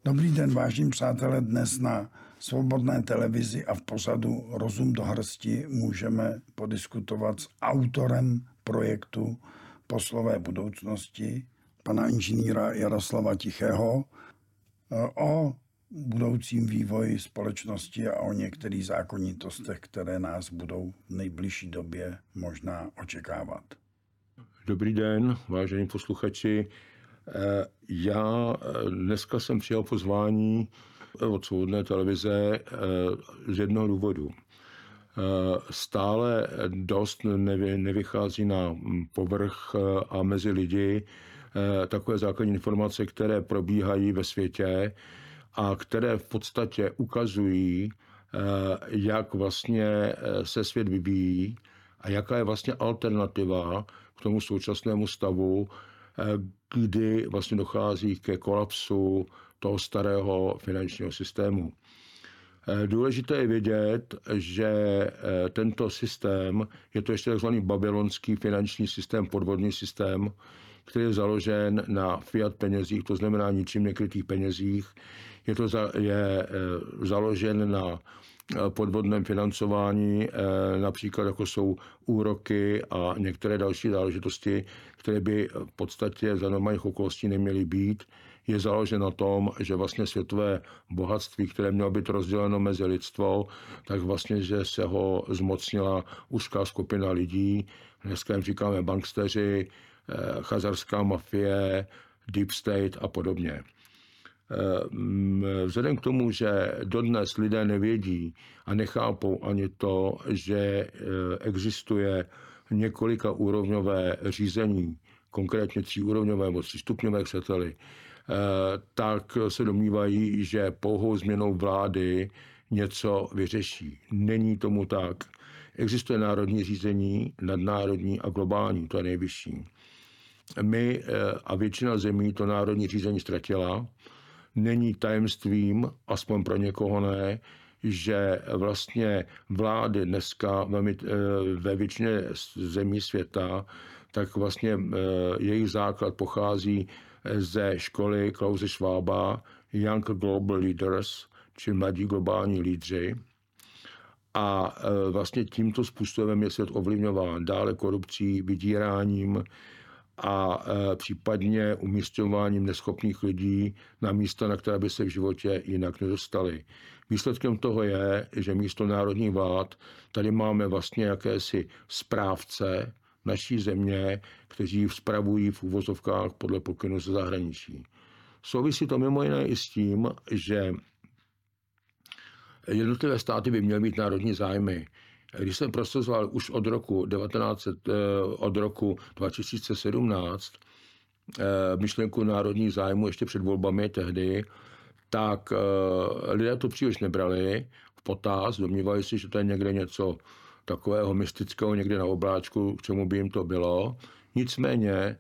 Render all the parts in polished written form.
Dobrý den, vážení přátelé. Dnes na Svobodné televizi a v pořadu Rozum do hrsti můžeme podiskutovat s autorem projektu Poslové budoucnosti, pana inženýra Jaroslava Tichého, o budoucím vývoji společnosti a o některých zákonitostech, které nás budou v nejbližší době možná očekávat. Dobrý den, vážení posluchači. Já dneska jsem přijal pozvání od Svobodné televize z jednoho důvodu. Stále dost nevychází na povrch a mezi lidi takové základní informace, které probíhají ve světě a které v podstatě ukazují, jak vlastně se svět vyvíjí a jaká je vlastně alternativa k tomu současnému stavu, kdy vlastně dochází ke kolapsu toho starého finančního systému. Důležité je vědět, že tento systém, je to ještě takzvaný babylonský finanční systém, podvodný systém, který je založen na fiat penězích, to znamená ničím nekrytých penězích. Je založen na podvodném financování, například jako jsou úroky a některé další záležitosti, které by v podstatě za normálních okolností neměly být. Je založen na tom, že vlastně světové bohatství, které mělo být rozděleno mezi lidstvo, tak vlastně, že se ho zmocnila úzká skupina lidí. Dneska jim říkáme banksteři, chazarská mafie, deep state a podobně. Vzhledem k tomu, že dodnes lidé nevědí a nechápou ani to, že existuje několika úrovňové řízení, konkrétně 3úrovňové nebo 3stupňové, chcete-li, tak se domnívají, že pouhou změnou vlády něco vyřeší. Není tomu tak. Existuje národní řízení, nadnárodní a globální, to je nejvyšší. My a většina zemí to národní řízení ztratila. Není tajemstvím, aspoň pro někoho ne, že vlastně vlády dneska ve většině zemí světa, tak vlastně jejich základ pochází ze školy Klause Schwaba, Young Global Leaders, či mladí globální lídři. A vlastně tímto způsobem je svět ovlivňován dále korupcí, vydíráním a případně umísťováním neschopných lidí na místa, na která by se v životě jinak nedostali. Výsledkem toho je, že místo národních vlád tady máme vlastně jakési správce naší země, kteří spravují v uvozovkách podle pokynu ze zahraničí. Souvisí to mimo jiné i s tím, že jednotlivé státy by měly mít národní zájmy. Když jsem prosazoval už od roku 2017 myšlenku národních zájmů ještě před volbami tehdy, tak lidé to příliš nebrali v potaz, domnívali si, že to je někde něco takového mystického, někde na obláčku, k čemu by jim to bylo. Nicméně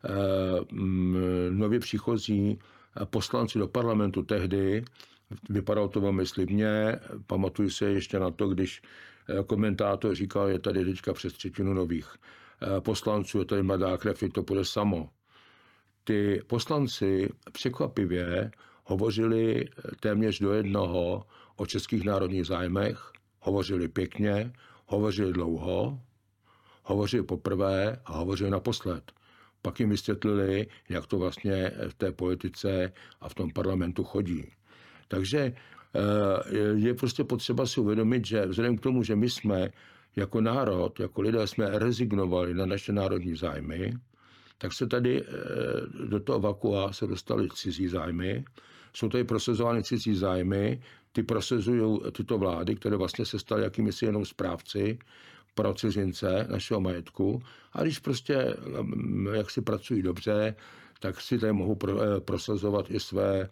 nově příchozí poslanci do parlamentu tehdy, vypadalo to velmi slibně, pamatuju se ještě na to, když komentátor říkal, je tady teďka přes 1/3 nových poslanců, je tady mladá krev, to půjde samo. Ty poslanci překvapivě hovořili téměř do jednoho o českých národních zájmech, hovořili pěkně, hovořili dlouho, hovořili poprvé a hovořili naposled. Pak jim vysvětlili, jak to vlastně v té politice a v tom parlamentu chodí. Takže je prostě potřeba si uvědomit, že vzhledem k tomu, že my jsme jako národ, jako lidé jsme rezignovali na naše národní zájmy, tak se tady do toho vakua se dostaly cizí zájmy. Jsou tady prosazovány cizí zájmy, ty prosazují tyto vlády, které vlastně se staly jakýmisi jenom správci pro cizince našeho majetku. A když prostě jak si pracují dobře, tak si tady mohou prosazovat i své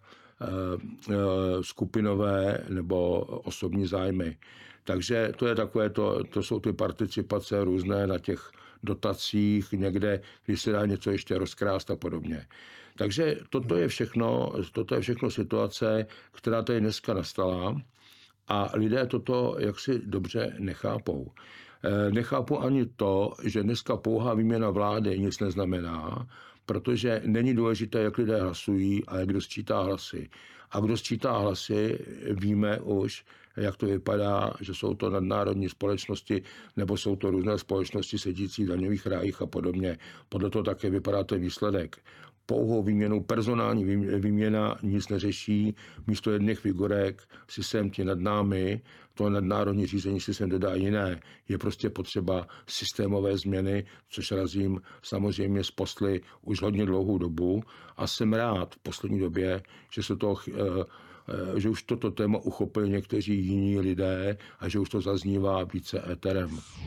skupinové nebo osobní zájmy. Takže to je takové, to jsou ty participace různé na těch dotacích, někde, když se dá něco ještě rozkrást a podobně. Takže toto je všechno situace, která tady dneska nastala a lidé toto jaksi dobře nechápou. Nechápu ani to, že dneska pouhá výměna vlády nic neznamená, protože není důležité, jak lidé hlasují a jak kdo sčítá hlasy. A kdo sčítá hlasy, víme už, jak to vypadá, že jsou to nadnárodní společnosti nebo jsou to různé společnosti sedící v daňových rájích a podobně. Podle toho také vypadá ten výsledek. Pouhou výměnou, personální výměna nic neřeší, místo jedných figurek systém ti nad námi, to nadnárodní řízení si sem dodá jiné. Je prostě potřeba systémové změny, což razím samozřejmě z posly už hodně dlouhou dobu a jsem rád v poslední době, že už toto téma uchopili někteří jiní lidé a že už to zaznívá více éterem.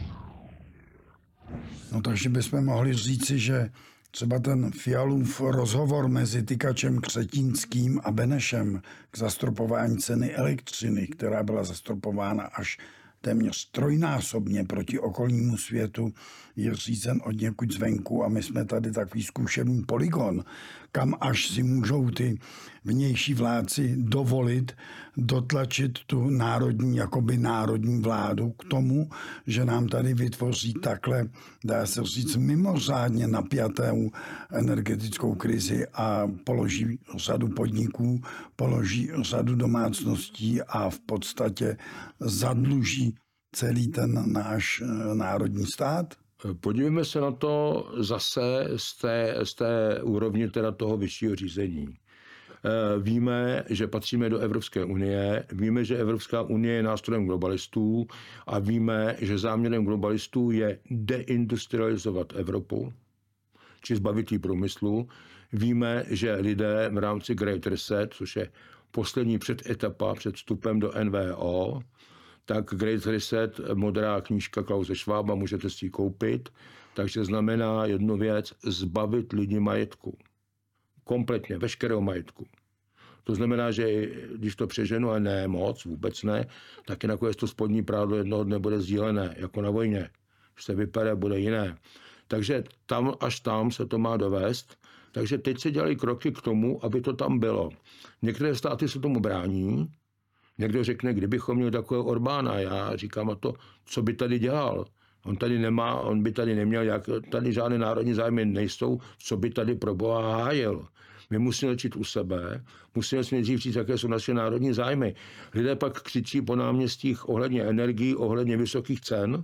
No takže bychom mohli říci, že třeba ten Fialův rozhovor mezi Tykačem Křetínským a Benešem k zastropování ceny elektřiny, která byla zastropována až téměř trojnásobně proti okolnímu světu, je řízen od někud zvenku a my jsme tady takový zkušební polygon, kam až si můžou ty vnější vládci dovolit dotlačit tu národní vládu k tomu, že nám tady vytvoří takhle, dá se říct, mimořádně napjatou energetickou krizi a položí řadu podniků, položí řadu domácností a v podstatě zadluží celý ten náš národní stát? Podívejme se na to zase z té úrovně teda toho vyššího řízení. Víme, že patříme do Evropské unie, víme, že Evropská unie je nástrojem globalistů a víme, že záměrem globalistů je deindustrializovat Evropu, či zbavit jí průmyslu. Víme, že lidé v rámci Great Reset, což je poslední předetapa před vstupem do NVO, tak Great Reset, modrá knížka Klause Schwaba, můžete si ji koupit, takže znamená jednu věc, zbavit lidi majetku. Kompletně, veškerého majetku. To znamená, že když to přeženu, a ne moc, vůbec ne, tak i nakonec to spodní prádlo jednoho dne bude sdílené, jako na vojně. Když se vypere, bude jiné. Takže až tam se to má dovést. Takže teď se dělají kroky k tomu, aby to tam bylo. Některé státy se tomu brání. Někdo řekne, kdybychom měli takového Orbána. Já říkám, a to, co by tady dělal? On by tady neměl, tady žádné národní zájmy nejsou, co by tady pro Boha hájil. My musíme začít u sebe, musíme si nejdřív říct, jaké jsou naše národní zájmy. Lidé pak křičí po náměstích ohledně energií, ohledně vysokých cen.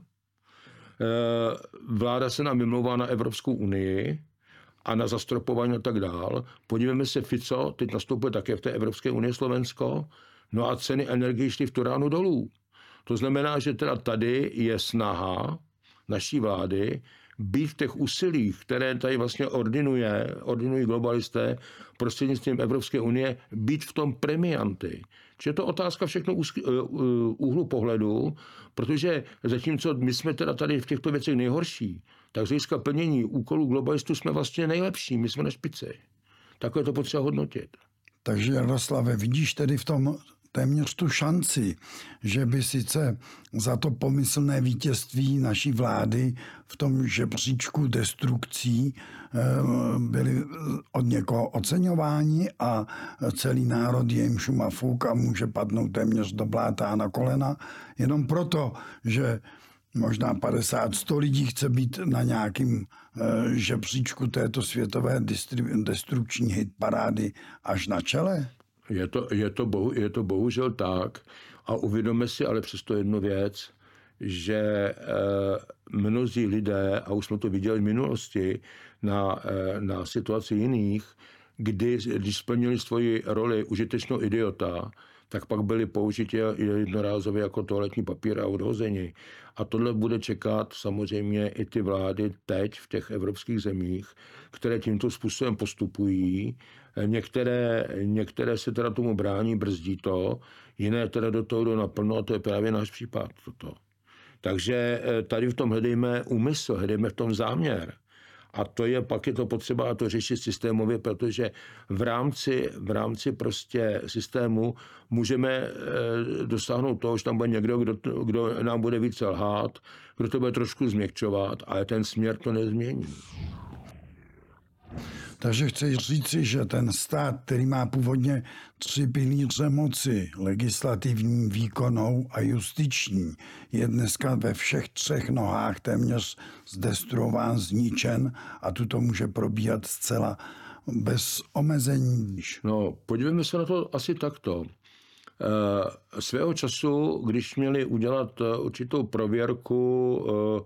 Vláda se nám vymlouvá na Evropskou unii a na zastropování a tak dál. Podívejme se, Fico teď nastoupil také v té Evropské unii Slovensko, no a ceny energií šly v Turánu dolů. To znamená, že teda tady je snaha naší vlády být v těch úsilích, které tady vlastně ordinují globalisté prostřednictvím Evropské unie, být v tom premianty. Čiže je to otázka všechno úhlu pohledu, protože zatímco my jsme teda tady v těchto věcech nejhorší, tak z hlediska plnění úkolů globalistů jsme vlastně nejlepší, my jsme na špici. Takhle je to potřeba hodnotit. Takže Jaroslave, vidíš tedy v tom téměř tu šanci, že by sice za to pomyslné vítězství naší vlády v tom žebříčku destrukcí byli od někoho oceňováni a celý národ je jim šum a fuk a může padnout téměř do bláta a na kolena, jenom proto, že možná 50-100 lidí chce být na nějakým žebříčku této světové destrukční hitparády až na čele? Je to bohužel tak a uvědomme si ale přesto jednu věc, že mnozí lidé, a už jsme to viděli v minulosti na situaci jiných, když splnili svoji roli užitečného idiota, tak pak byli použiti jednorázově jako toaletní papír a odhozeni. A tohle bude čekat samozřejmě i ty vlády teď v těch evropských zemích, které tímto způsobem postupují. Některé se teda tomu brání, brzdí to, jiné teda do toho jdou naplno a to je právě náš případ. Toto. Takže tady v tom hledejme úmysl, hledejme v tom záměr. A pak je to potřeba to řešit systémově, protože v rámci prostě systému můžeme dosáhnout toho, že tam bude někdo, kdo nám bude více lhát, kdo to bude trošku změkčovat, ale ten směr to nezmění. Takže chci říci, že ten stát, který má původně 3 pilíře moci, legislativní, výkonnou a justiční, je dneska ve všech 3 nohách téměř zdestruován, zničen a tuto může probíhat zcela bez omezení. No, podívejme se na to asi takto. Svého času, když měli udělat určitou prověrku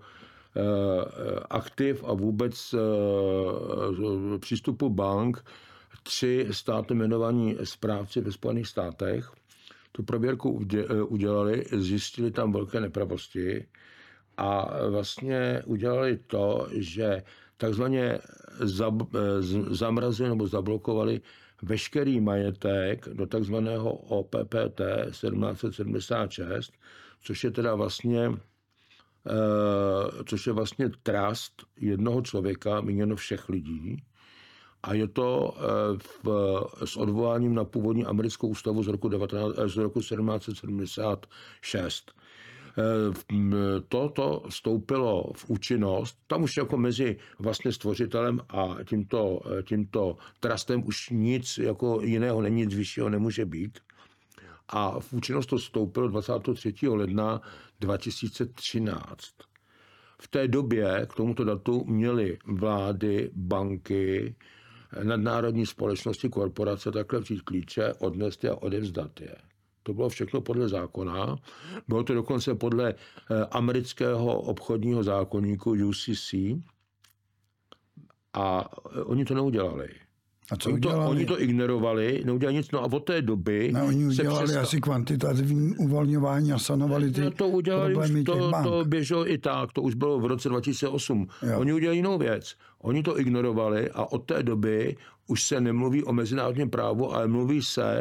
aktiv a vůbec přístupu bank, 3 státem jmenovaní správci ve Spojených státech, tu prověrku udělali, zjistili tam velké nepravosti a vlastně udělali to, že takzvaně zamrazili nebo zablokovali veškerý majetek do takzvaného OPPT 1776, což je teda vlastně trust jednoho člověka, míněno všech lidí. A je to s odvoláním na původní americkou ústavu z roku 1776. Toto vstoupilo v účinnost, tam už jako mezi vlastně stvořitelem a tímto trustem už nic jako jiného není, nic vyššího nemůže být. A v účinnost to vstoupilo 23. ledna 2013. V té době k tomuto datu měly vlády, banky, nadnárodní společnosti, korporace takhle vzít klíče, odnést je a odevzdat je. To bylo všechno podle zákona. Bylo to dokonce podle amerického obchodního zákoníku UCC a oni to neudělali. A co udělali? Oni to ignorovali, neudělali nic, no a od té doby... No, oni udělali asi kvantitativní uvolňování a sanovali ty problémy těch bank. To běželo i tak, to už bylo v roce 2008. Jo. Oni udělali jinou věc. Oni to ignorovali a od té doby už se nemluví o mezinárodním právu, ale mluví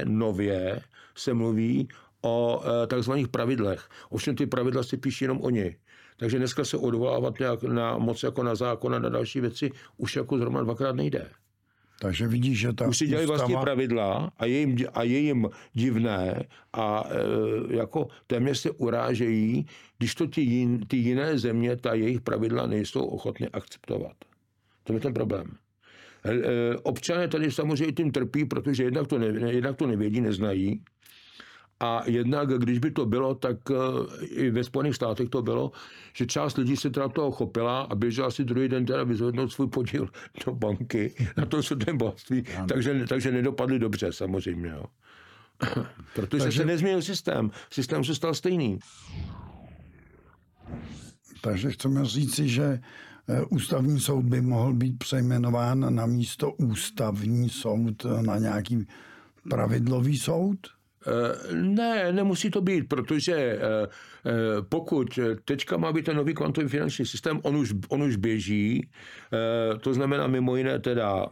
o takzvaných pravidlech. Ovšem ty pravidla si píší jenom oni. Takže dneska se odvolávat nějak na moc jako na zákon a na další věci už jako zrovna 2krát nejde. Takže vidíš, že ta už si dělají vlastní pravidla a je jim divné a jako téměř se urážejí, když to ty jiné země, ta jejich pravidla nejsou ochotny akceptovat. To je ten problém. Občané tady samozřejmě tím trpí, protože jednak to nevědí, neznají. A jednak, když by to bylo, tak i ve Spojených státech to bylo, že část lidí se teda toho chopila a běžela si druhý den teda vyzvednout svůj podíl do banky na to sudném bohatství, takže nedopadli dobře samozřejmě. Jo. Protože se nezměnil systém. Systém se stal stejný. Takže chceme říci, že ústavní soud by mohl být přejmenován na místo ústavní soud na nějaký pravidlový soud? Ne, nemusí to být, protože pokud teďka má být ten nový kvantový finanční systém, on už běží, to znamená mimo jiné teda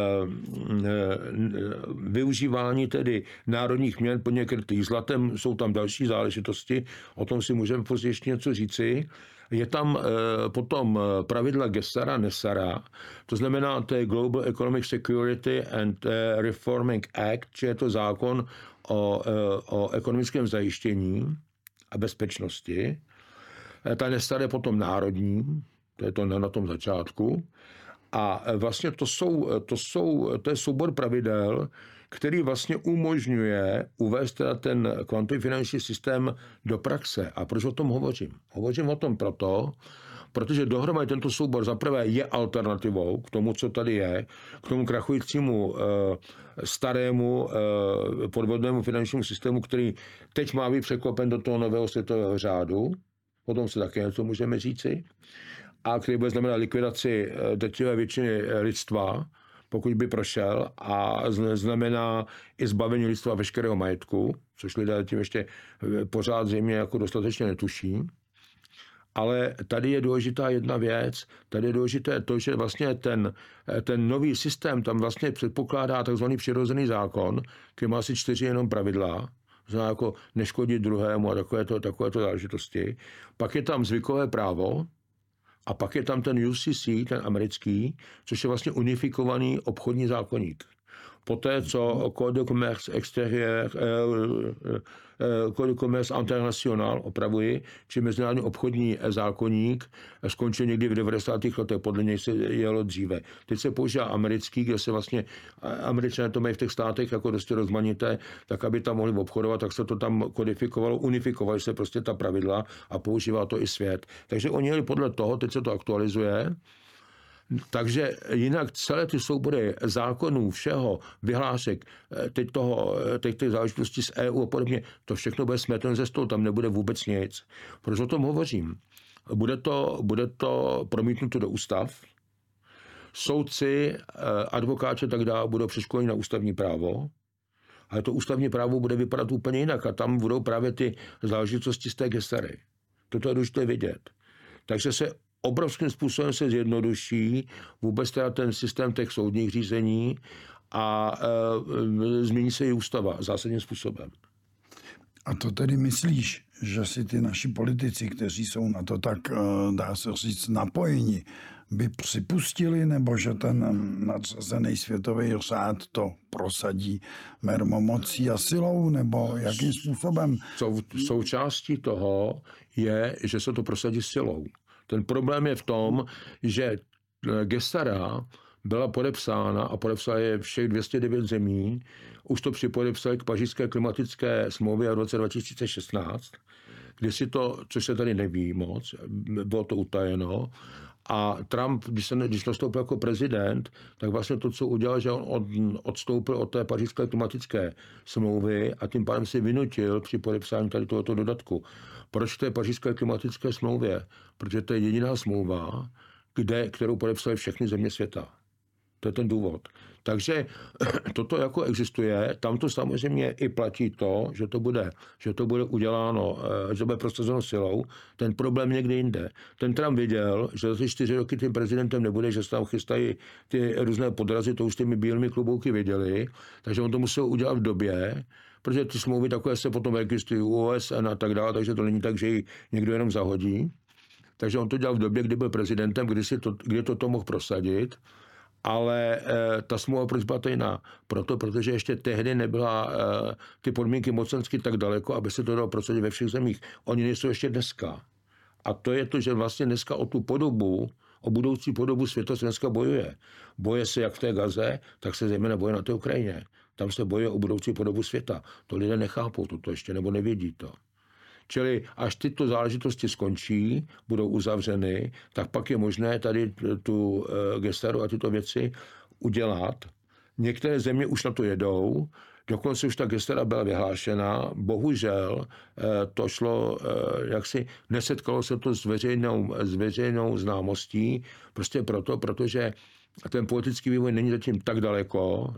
využívání tedy národních měn podněkrytých zlatem, jsou tam další záležitosti, o tom si můžeme později ještě něco říci. Je tam potom pravidla Gessara, Nessara, to znamená, to je Global Economic Security and Reforming Act, či je to zákon o ekonomickém zajištění a bezpečnosti. Ta Nessara je potom národní, to je to na tom začátku. A vlastně to je soubor pravidel, který vlastně umožňuje uvést teda ten kvantový finanční systém do praxe. A proč o tom hovořím? Hovořím o tom protože dohromady tento soubor zaprvé je alternativou k tomu, co tady je, k tomu krachujícímu starému podvodnému finančnímu systému, který teď má být překlopen do toho nového světového řádu. O tom se také něco můžeme říci. A který bude znamenat likvidaci drtivé většiny lidstva, pokud by prošel, a znamená i zbavení lidstva veškerého majetku, což lidé tím ještě pořád zřejmě jako dostatečně netuší. Ale tady je důležitá jedna věc, tady je důležité to, že vlastně ten nový systém tam vlastně předpokládá takzvaný přirozený zákon, který má asi 4 jenom pravidla, znamená jako neškodit druhému a takovéto záležitosti. Pak je tam zvykové právo, a pak je tam ten UCC, ten americký, což je vlastně unifikovaný obchodní zákoník. Poté, co Code de commerce extérieur, Code de commerce international, opravuji, či mezinárodní obchodní zákoník, skončil někdy v 90. letech, podle něj se jelo dříve. Teď se používá americký, kde se vlastně, Američané to mají v těch státech jako dosti rozmanité, tak aby tam mohli obchodovat, tak se to tam kodifikovalo, unifikovali se prostě ta pravidla a používá to i svět. Takže oni jeli podle toho, teď se to aktualizuje. Takže jinak celé ty soubory zákonů, všeho, vyhlášek, těch záležitostí z EU a podobně, to všechno bude smeteno ze stolu, tam nebude vůbec nic. Proč o tom hovořím? Bude to promítnuto do ústav, soudci, advokáti tak dále budou přeškoleni na ústavní právo, ale to ústavní právo bude vypadat úplně jinak a tam budou právě ty záležitosti z té Gestery. Toto je důležité vidět. Takže se obrovským způsobem se zjednoduší vůbec teda ten systém těch soudních řízení a změní se i ústava zásadním způsobem. A to tedy myslíš, že si ty naši politici, kteří jsou na to tak, dá se říct, napojeni, by připustili, nebo že ten nadřazený světový řád to prosadí mermomocí a silou, nebo jakým způsobem? Součástí toho je, že se to prosadí silou. Ten problém je v tom, že Gestara byla podepsána a podepsala je všech 209 zemí. Už to připodepsali k Pařížské klimatické smlouvě v roce 2016, kdy si to, což se tady neví moc, bylo to utajeno. A Trump, když nastoupil jako prezident, tak vlastně to, co udělal, že on odstoupil od té Pařížské klimatické smlouvy a tím pádem si vynutil při podepsání tady tohoto dodatku. Proč té Pařížské klimatické smlouvě? Protože to je jediná smlouva, kterou podepsali všechny země světa. To je ten důvod. Takže toto jako existuje, tam to samozřejmě i platí to, že to bude uděláno, že to bude prosazeno silou. Ten problém někde jinde. Ten Trump viděl, že za ty 4 roky tím prezidentem nebude, že se tam chystají ty různé podrazy, to už těmi bílými klobouky viděli, takže on to musel udělat v době, protože ty smlouvy takové se potom registrují OSN a tak dále, takže to není tak, že ji někdo jenom zahodí. Takže on to dělal v době, kdy byl prezidentem, kdy to mohl prosadit. Ale ta smlouva proč byla tajná? Protože ještě tehdy nebyla ty podmínky mocensky tak daleko, aby se to dalo prosadit ve všech zemích. Oni nejsou ještě dneska. A to je to, že vlastně dneska o tu podobu, o budoucí podobu světa se dneska bojuje. Boje se jak v té Gaze, tak se zejména boje na té Ukrajině. Tam se bojuje o budoucí podobu světa. To lidé nechápou toto ještě, nebo nevědí to. Čili až tyto záležitosti skončí, budou uzavřeny, tak pak je možné tady tu Gestaru a tyto věci udělat. Některé země už na to jedou, dokonce už ta Gestara byla vyhlášena. Bohužel to šlo, nesetkalo se to s veřejnou známostí, prostě protože ten politický vývoj není zatím tak daleko,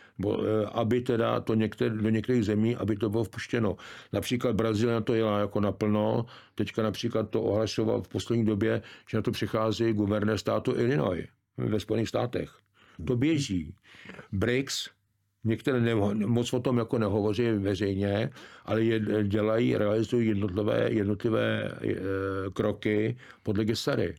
aby teda to do některých zemí, aby to bylo vpuštěno. Například Brazílie na to jela jako naplno, teďka například to ohlašoval v poslední době, že na to přichází guvernér státu Illinois ve Spojených státech. To běží. BRICS, některé moc o tom jako nehovoří veřejně, ale realizují jednotlivé kroky podle Gestary.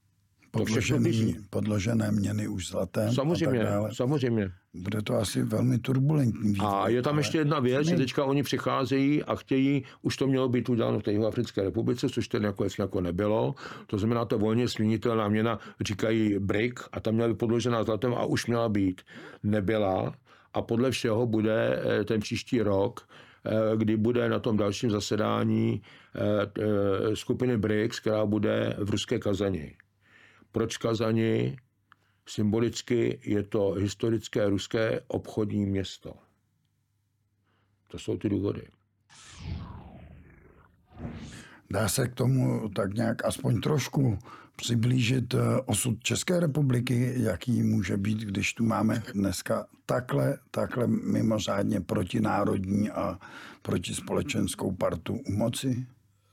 Podložené měny už zlatem. Samozřejmě. Bude to asi velmi turbulentní vývoj. A je tam ještě jedna věc, že teďka oni přicházejí a chtějí, už to mělo být uděláno v té Jihoafrické republice, což to jako nebylo. To znamená, ta volně směnitelná měna, říkají BRIC, a tam měla být podložená zlatem a už měla být. Nebyla. A podle všeho bude ten příští rok, kdy bude na tom dalším zasedání skupiny BRICS, která bude v ruské Kazani. Proč Kazani? Symbolicky je to historické ruské obchodní město. To jsou ty důvody. Dá se k tomu tak nějak aspoň trošku přiblížit osud České republiky, jaký může být, když tu máme dneska takhle mimořádně protinárodní a protispolečenskou partu u moci?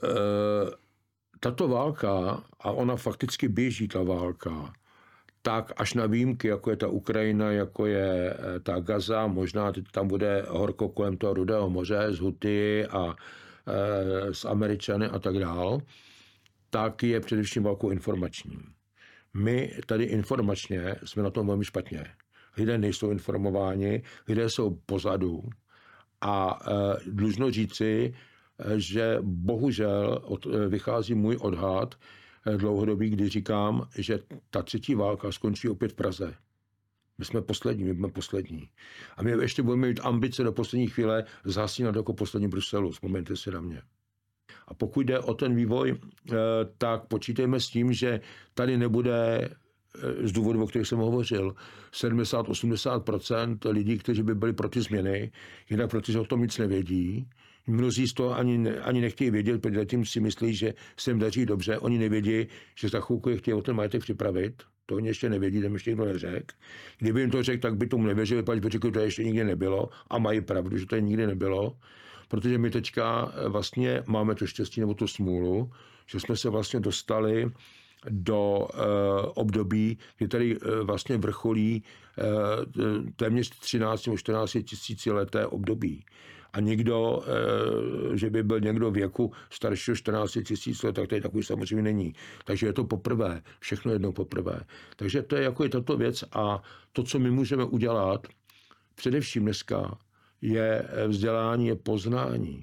Tato válka, a ona fakticky běží ta válka, tak až na výjimky, jako je ta Ukrajina, jako je ta Gaza, možná tam bude horko kolem toho Rudého moře, z Huty a s Američany a tak dál, tak je především válkou informační. My tady informačně jsme na tom velmi špatně. Lidé nejsou informováni, lidé jsou pozadu a dlužno říci, že bohužel vychází můj odhad dlouhodobý, kdy říkám, že ta třetí válka skončí opět v Praze. My jsme poslední. A my ještě budeme mít ambice do poslední chvíle zhasínat jako poslední Bruselu. Vzpomeňte si na mě. A pokud jde o ten vývoj, tak počítejme s tím, že tady nebude z důvodu, o kterých jsem hovořil, 70-80% lidí, kteří by byli pro ty změny, jinak protože o tom nic nevědí. Mnozí z toho ani nechtějí vědět, protože tím si myslí, že se jim daří dobře. Oni nevědí, že za chvilku je chtějí o ten majetek připravit. To oni ještě nevědí, tam ještě někdo neřekl. Kdyby jim to řekl, tak by tomu nevěřili, protože by řekli, že to ještě nikdy nebylo. A mají pravdu, že to nikdy nebylo. Protože my teďka vlastně máme to štěstí nebo tu smůlu, že jsme se vlastně dostali do období, kdy tady vlastně vrcholí téměř 13 nebo 14 tisícileté období. A někdo, že by byl někdo věku staršího 14 tisíc let, tak tady takový samozřejmě není. Takže je to poprvé, všechno jednou poprvé. Takže to je jako je tato věc a to, co my můžeme udělat, především dneska, je vzdělání, je poznání.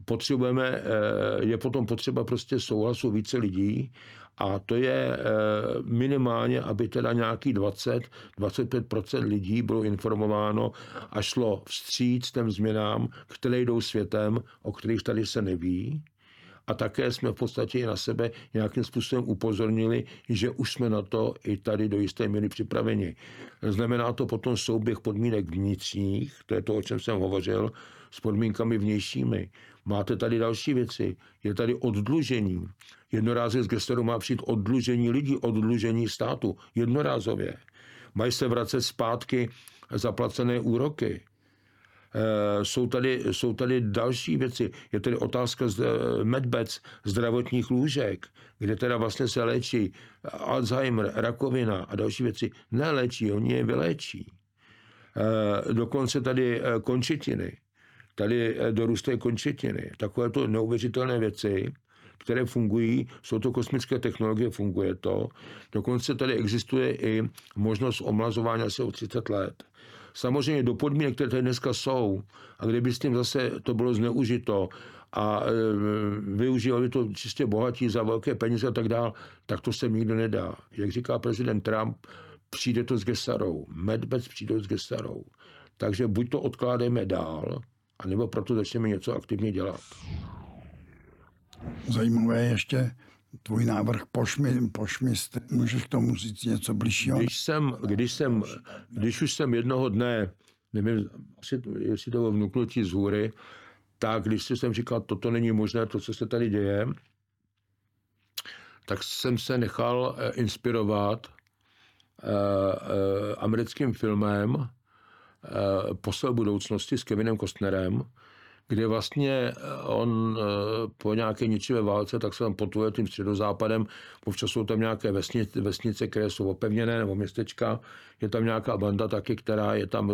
Je potom potřeba prostě souhlasu více lidí a to je minimálně, aby teda nějaký 20-25% lidí bylo informováno a šlo vstříc těm změnám, které jdou světem, o kterých tady se neví. A také jsme v podstatě na sebe nějakým způsobem upozornili, že už jsme na to i tady do jisté míry připraveni. Znamená to potom souběh podmínek vnitřních, to je to, o čem jsem hovořil, s podmínkami vnějšími. Máte tady další věci. Je tady oddlužení. Jednorázově z gesteru má přijít oddlužení lidí, oddlužení státu. Jednorázově. Mají se vracet zpátky zaplacené úroky. Jsou tady další věci. Je tady otázka medbec, zdravotních lůžek, kde teda vlastně se léčí Alzheimer, rakovina a další věci. Neléčí, oni je vyléčí. Dokonce tady končetiny. Tady dorůstají končetiny. Takovéto neuvěřitelné věci, které fungují, jsou to kosmické technologie, funguje to. Dokonce tady existuje i možnost omlazování asi o 30 let. Samozřejmě do podmínek, které tady dneska jsou, a kdyby s tím zase to bylo zneužito a využívali to čistě bohatí za velké peníze a tak dál, tak to se nikdo nedá. Jak říká prezident Trump, přijde to s Gesarou. Medbec přijde s Gesarou. Takže buď to odkládejme dál, anebo proto začneme něco aktivně dělat. Zajímavé je ještě tvůj návrh pošmisty. Můžeš k tomu říct něco bližšího? Když už jsem jednoho dne, nevím, jestli to vnuknutí z hůry, tak když jsem říkal, toto není možné, to, co se tady děje, tak jsem se nechal inspirovat americkým filmem Posel budoucnosti s Kevinem Costnerem, kde vlastně on po nějaké ničivé válce, tak se tam potuje tím středozápadem, občas jsou tam nějaké vesnice, které jsou opevněné, nebo městečka, je tam nějaká banda taky, která je tam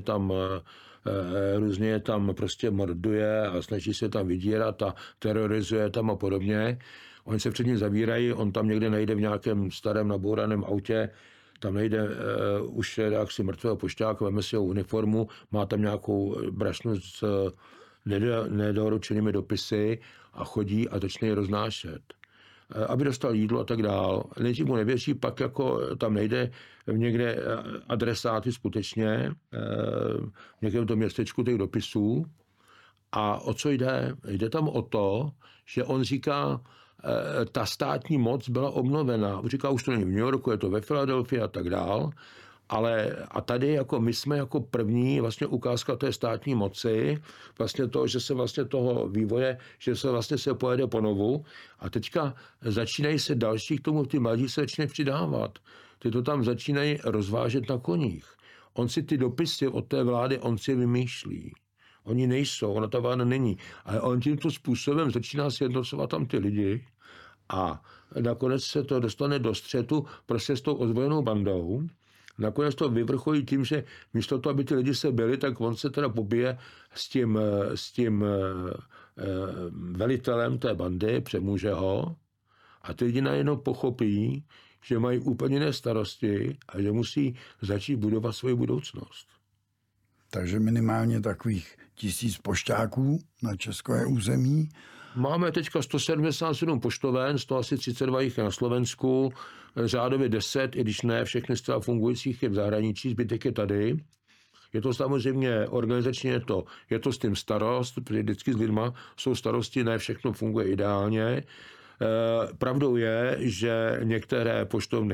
různě je tam prostě morduje a snaží se tam vydírat a terorizuje tam a podobně. Oni se před ním zavírají, on tam někde najde v nějakém starém nabouraném autě, tam nejde už jaksi mrtvého pošťáka, veme si jeho uniformu, má tam nějakou brašnu s nedoručenými dopisy a chodí a začne je roznášet. Aby dostal jídlo a tak dál. Nejdřív mu nevěří, pak jako tam nejde někde adresáty skutečně v někém tom městečku těch dopisů. A o co jde? Jde tam o to, že on říká, ta státní moc byla obnovená. Říká, už to není v New Yorku, je to ve Filadelfii a tak dál. A tady jako my jsme jako první vlastně ukázka té státní moci, vlastně to, že se vlastně toho vývoje, že se vlastně se pojede ponovu a teďka začínají se další k tomu, ty mladí se začínají přidávat. Ty to tam začínají rozvážet na koních. On si ty dopisy od té vlády, on si vymýšlí. Oni nejsou, ona ta vláda není. Ale on tímto způsobem začíná sjednocovat tam ty lidi a nakonec se to dostane do střetu prostě s tou ozbrojenou bandou. Nakonec to vyvrcholí tím, že místo toho, aby ty lidi se byli, tak on se teda pobije s tím velitelem té bandy, přemůže ho a ty lidi najednou pochopí, že mají úplně jiné starosti a že musí začít budovat svoji budoucnost. Takže minimálně takových 1000 pošťáků na české území. Máme teďka 177 poštoven, 132 jich je na Slovensku, řádově 10, i když ne všechny zcela fungujících je v zahraničí, zbytek je tady. Je to samozřejmě organizačně, je to s tím starost, protože vždycky s lidma jsou starosti, ne všechno funguje ideálně. Pravdou je, že některé poštovny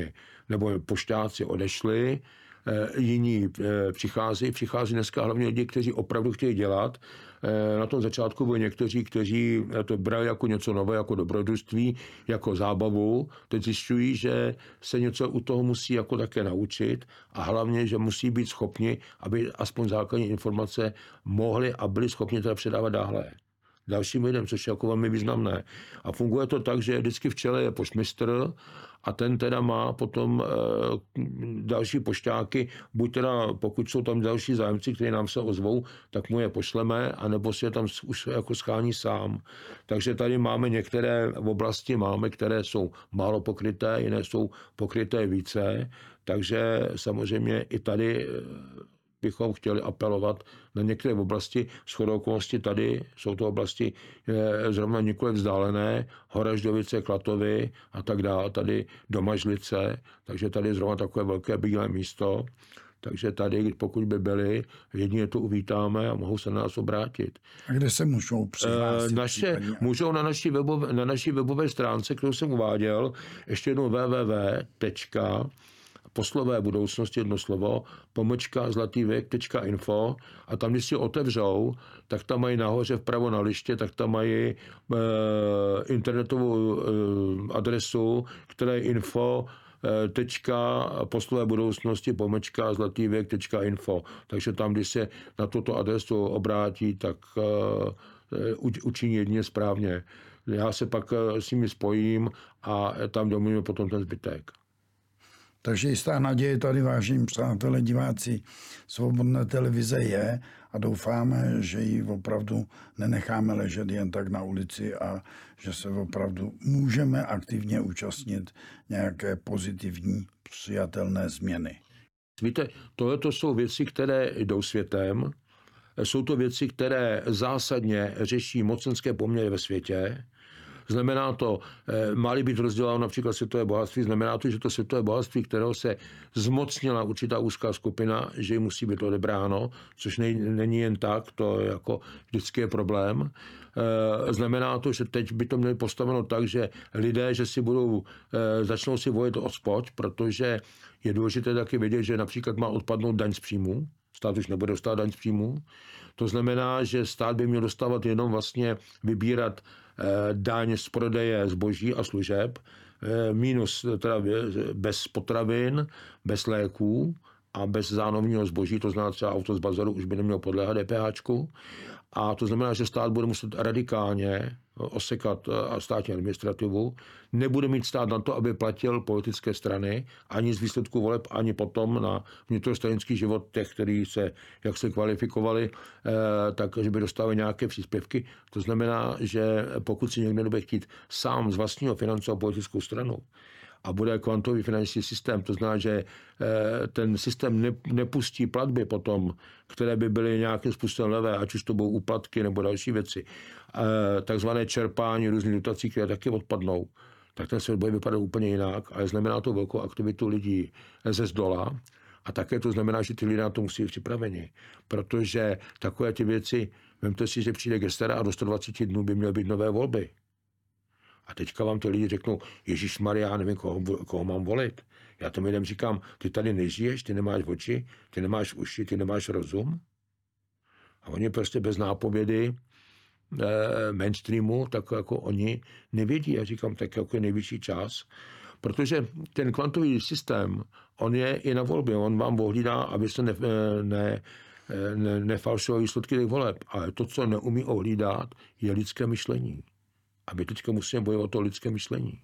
nebo pošťáci odešli, jiní přichází dneska hlavně lidi, kteří opravdu chtějí dělat. Na tom začátku byli někteří, kteří to brali jako něco nového, jako dobrodružství, jako zábavu. Teď zjišťují, že se něco u toho musí jako také naučit a hlavně, že musí být schopni, aby aspoň základní informace mohli a byli schopni teda předávat dále dalším lidem, což je jako velmi významné. A funguje to tak, že vždycky v čele je poštmistr a ten teda má potom další pošťáky, buď teda, pokud jsou tam další zájemci, kteří nám se ozvou, tak mu je pošleme, anebo si je tam už jako schání sám. Takže tady máme některé oblasti, které jsou málo pokryté, jiné jsou pokryté více, takže samozřejmě i tady bychom chtěli apelovat na některé oblasti. Shodou okolností tady jsou to oblasti zrovna nikoliv vzdálené, Horaždovice, Klatovy a tak dále, tady Domažlice, takže tady je zrovna takové velké bílé místo. Takže tady, pokud by byli, jedině to uvítáme a mohou se na nás obrátit. A kde se můžou přihlásit? Můžou na naší webové stránce, kterou jsem uváděl, ještě jednou poslové budoucnosti, jedno slovo, _zlatývěk.info a tam, když si otevřou, tak tam mají nahoře vpravo na liště, tak tam mají internetovou adresu, která je info poslové budoucnosti _zlatývěk.info. Takže tam, když se na tuto adresu obrátí, tak učiní jedině správně. Já se pak s nimi spojím a tam domluvíme potom ten zbytek. Takže jistá naděje tady, vážení přátelé, diváci Svobodné televize je a doufáme, že ji opravdu nenecháme ležet jen tak na ulici a že se opravdu můžeme aktivně účastnit nějaké pozitivní přijatelné změny. Víte, tohleto jsou věci, které jdou světem. Jsou to věci, které zásadně řeší mocenské poměry ve světě. Znamená to, má-li být rozděláno například světové bohatství, znamená to, že to světové bohatství, kterého se zmocnila určitá úzká skupina, že ji musí být odebráno, což není jen tak, to jako vždycky je problém. Znamená to, že teď by to měli postaveno tak, že lidé, že si začnou si volit odspoť, protože je důležité taky vědět, že například má odpadnout daň z příjmu, stát už nebude dostávat daň z příjmu. To znamená, že stát by měl dostávat jenom vlastně vybírat daň z prodeje zboží a služeb, minus teda bez potravin, bez léků a bez zánovního zboží, to znamená třeba auto z bazaru už by nemělo podléhat DPHčku. A to znamená, že stát bude muset radikálně osekat státní administrativu. Nebude mít stát na to, aby platil politické strany, ani z výsledku voleb, ani potom na vnitrostranický život těch, kteří se, jak se kvalifikovali, takže by dostávali nějaké příspěvky. To znamená, že pokud si někdo bude chtít sám z vlastního financovat politickou stranu, a bude kvantový finanční systém. To znamená, že ten systém nepustí platby potom, které by byly nějakým způsobem levé, ať už to budou úplatky nebo další věci. Takzvané čerpání různých dotací, které taky odpadnou. Tak ten svět bude vypadat úplně jinak, ale znamená to velkou aktivitu lidí ze zdola. A také to znamená, že ty lidé na to musí být připraveni. Protože takové ty věci, vemte si, že přijde Gestera a do 120 dnů by měly být nové volby. A teďka vám ty lidi řeknou, Ježišmarja, já nevím, koho mám volit. Já tomu lidem říkám, ty tady nežiješ, ty nemáš oči, ty nemáš uši, ty nemáš rozum. A oni prostě bez nápovědy mainstreamu, tak jako oni nevědí. Já říkám, tak jako je nejvyšší čas. Protože ten kvantový systém, on je i na volbě, on vám ohlídá, aby se nefalšovaly výsledky těch voleb. Ale to, co neumí ohlídat, je lidské myšlení. A my teďka musíme bojovat o to lidské myšlení.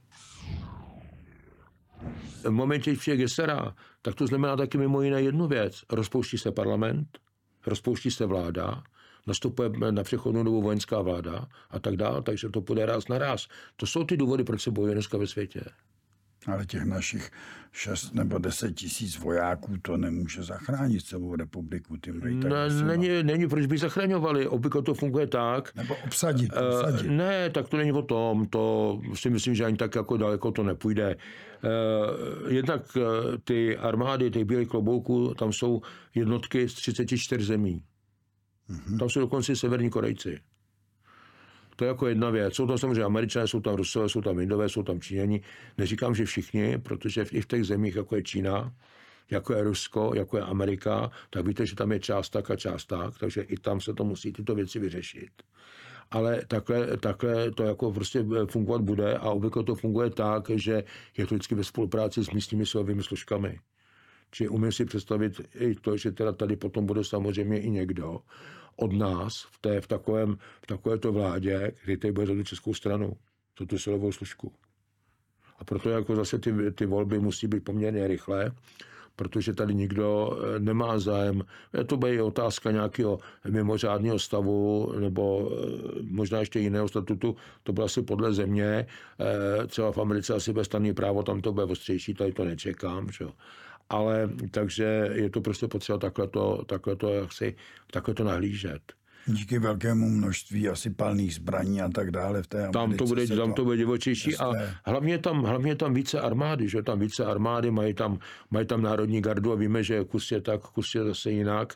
V momentě, když přijde Gessera, tak to znamená taky mimo jiné jednu věc. Rozpouští se parlament, rozpouští se vláda, nastupuje na přechodnou dobu vojenská vláda a tak dále, takže to půjde ráz na ráz. To jsou ty důvody, proč se bojuje dneska ve světě. Ale těch našich 6 nebo 10 tisíc vojáků to nemůže zachránit celou republiku. Není, proč by zachraňovali. Obvykle to funguje tak. Nebo obsadit. Ne, tak to není o tom. To si myslím, že ani tak jako daleko to nepůjde. Jednak ty armády, těch bílých klobouků, tam jsou jednotky z 34 zemí. Tam jsou dokonce severní Korejci. To je jako jedna věc. Jsou tam samozřejmě Američané, jsou tam Rusové, jsou tam Indové, jsou tam Číňani. Neříkám, že všichni, protože i v těch zemích, jako je Čína, jako je Rusko, jako je Amerika, tak víte, že tam je část tak a část tak, takže i tam se to musí tyto věci vyřešit. Ale takhle to jako prostě fungovat bude a obvykle to funguje tak, že je to vždycky ve spolupráci s místními silovými složkami. Či umím si představit i to, že teda tady potom bude samozřejmě i někdo od nás v takovéto vládě, který tady bude za tu českou stranu, za tu silovou složku. A proto jako zase ty volby musí být poměrně rychlé, protože tady nikdo nemá zájem. To bude otázka nějakého mimořádného stavu nebo možná ještě jiného statutu. To bylo asi podle země. Třeba v Americe asi bezstranné právo, tam to bude ostřejší, tady to nečekám. Že? Ale takže je to prostě potřeba takhle to nahlížet. Díky velkému množství asi palných zbraní a tak dále v té Americe. Tam to bude divočejší a hlavně tam více armády, že tam více armády, mají tam národní gardu a víme, že kus je tak, kus je zase jinak.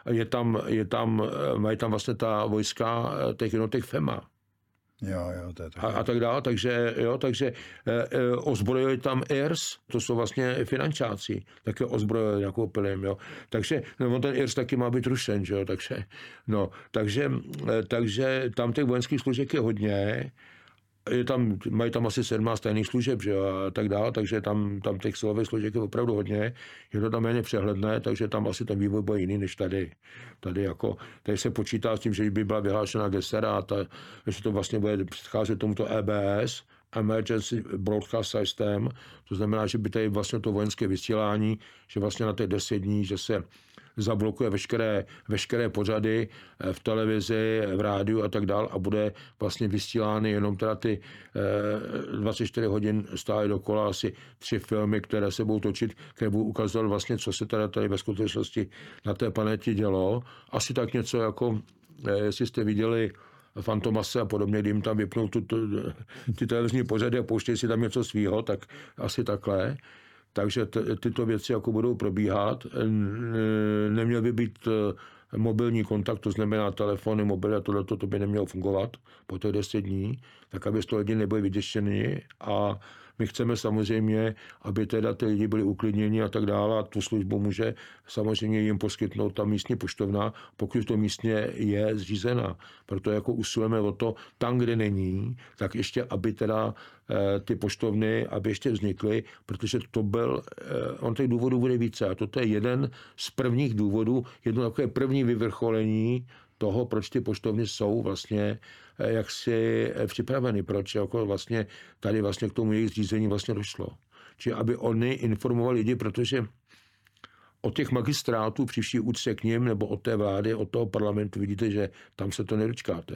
Mají tam vlastně ta vojska těch jednotek FEMA. Jo, to je tak. A tak dále, takže ozbrojili tam IRS, to jsou vlastně finančáci, taky ozbrojili nějakou pilím, jo. Takže ten IRS taky má být rušen, že jo, takže tam těch vojenských složek je hodně, mají tam asi 17 tajných služeb, že jo, a tak dále, takže tam těch silových složek je opravdu hodně, je to tam méně přehledné, takže tam asi ten vývoj bude jiný než tady. Tady se počítá s tím, že by byla vyhlášena GESERA, že to vlastně bude předcházet tomuto EBS, Emergency Broadcast System, to znamená, že by tady vlastně to vojenské vysílání, že vlastně na těch 10 dní, že se zablokuje veškeré pořady v televizi, v rádiu a tak dál a bude vlastně vysílány jenom teda ty 24 hodin stále dokola asi 3 filmy, které se budou točit, které budou ukazovat vlastně, co se teda tady ve skutečnosti na té planetě dělo. Asi tak něco jako, jestli jste viděli Fantomase a podobně, kdy jim tam vypnou ty televizní pořady a pouštějí si tam něco svýho, tak asi takhle. Takže tyto věci jako budou probíhat. Neměl by být mobilní kontakt, to znamená telefony, mobily a tohleto, to by nemělo fungovat po těch 10 dní, tak aby z toho lidi nebyli vyděšeni a my chceme samozřejmě, aby teda ty lidi byli uklidněni a tak dále a tu službu může samozřejmě jim poskytnout ta místní poštovna, pokud to místně je zřízena. Proto jako usilujeme o to, tam, kde není, tak ještě, aby teda ty poštovny, aby ještě vznikly, protože to byl, on těch důvodů bude více a toto je jeden z prvních důvodů, jedno takové první vyvrcholení toho, proč ty poštovny jsou vlastně jaksi připraveny, proč jako vlastně tady vlastně k tomu jejich zřízení vlastně došlo. Čili aby oni informovali lidi, protože od těch magistrátů při vší úctě k nim, nebo od té vlády, od toho parlamentu vidíte, že tam se to nedočkáte.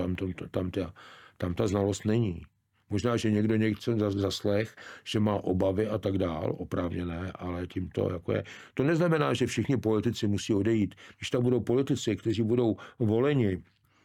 Tam ta znalost není. Možná, že někdo zaslech, že má obavy a tak dál, oprávněné, ale tím to jako je. To neznamená, že všichni politici musí odejít. Když tam budou politici, kteří budou voleni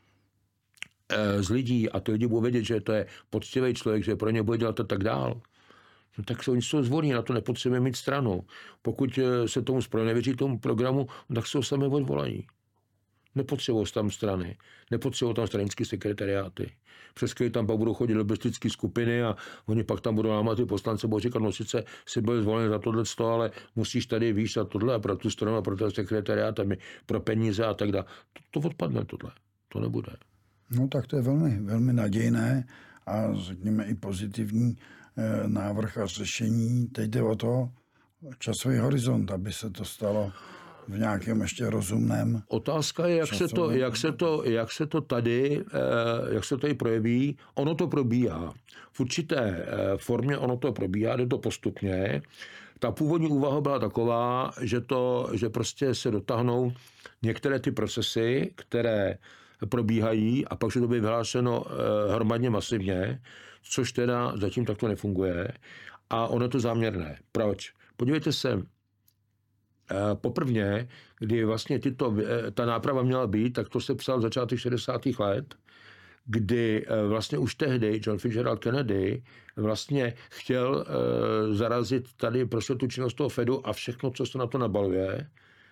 z lidí a ty lidi budou vědět, že to je poctivý člověk, že pro ně bude dělat a tak dál, no tak oni jsou zvolní, na to nepotřebujeme mít stranu. Pokud se tomu zpronevěří tomu programu, tak jsou sami odvolaní. Nepotřebují tam strany, nepotřebují tam stranické sekretariáty. Přes který tam pak budou chodit lobistické skupiny a oni pak tam budou lámat ty poslance, budou říkat, no sice si byl zvolen za tohleto, ale musíš tady víš a tohle a pro tu stranu a pro ten sekretariát a pro peníze a tak dále. To odpadne tohle, to nebude. No tak to je velmi, velmi nadějné a řekněme i pozitivní návrh a řešení. Teď jde o to časový horizont, aby se to stalo v nějakém ještě rozumném. Otázka je, jak se to tady projeví. Ono to probíhá. V určité formě ono to probíhá, jde to postupně. Ta původní úvaha byla taková, že prostě se dotáhnou některé ty procesy, které probíhají a pak se to bude vyhlášeno hromadně masivně, což teda zatím takto nefunguje. A ono je to záměrné. Proč? Podívejte se, poprvně, kdy vlastně ta náprava měla být, tak to se psal v začátku 60. let, kdy vlastně už tehdy John Fitzgerald Kennedy vlastně chtěl zarazit tady prostě tu činnost toho Fedu a všechno, co se na to nabaluje,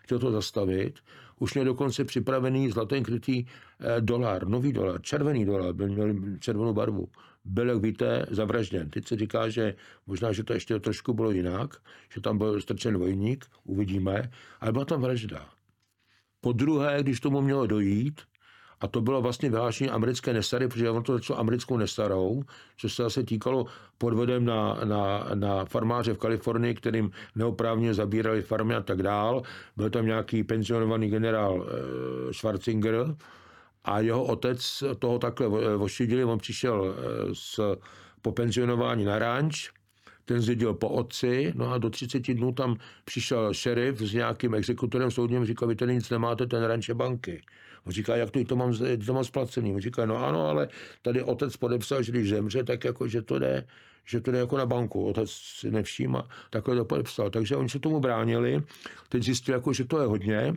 chtěl to zastavit. Už měl dokonce připravený zlatem krytý dolar, nový dolar, červený dolar, měl červenou barvu. Byl, jak víte, zavražděn. Teď se říká, že možná, že to ještě trošku bylo jinak, že tam byl strčen vojník, uvidíme, ale byla tam vražda. Po druhé, když tomu mělo dojít, a to bylo vlastně vyhlášení americké nesary, protože on to začalo americkou nesarou, což se zase týkalo podvodem na farmáře v Kalifornii, kterým neoprávně zabírali farmy a tak dál. Byl tam nějaký penzionovaný generál Schwarzinger a jeho otec toho takhle ošidili. On přišel po penzionování na ranč, ten zdědil po otci, no a do 30 dnů tam přišel šerif s nějakým exekutorem soudním, říkal, vy tady nic nemáte, ten ranč je banky. On říká, jak to mám splacený? On říká, no ano, ale tady otec podepsal, že když zemře, tak jako, že to jde jako na banku. Otec si nevšíma, takhle to podepsal. Takže oni se tomu bránili. Teď zjistili, jako, že to je hodně.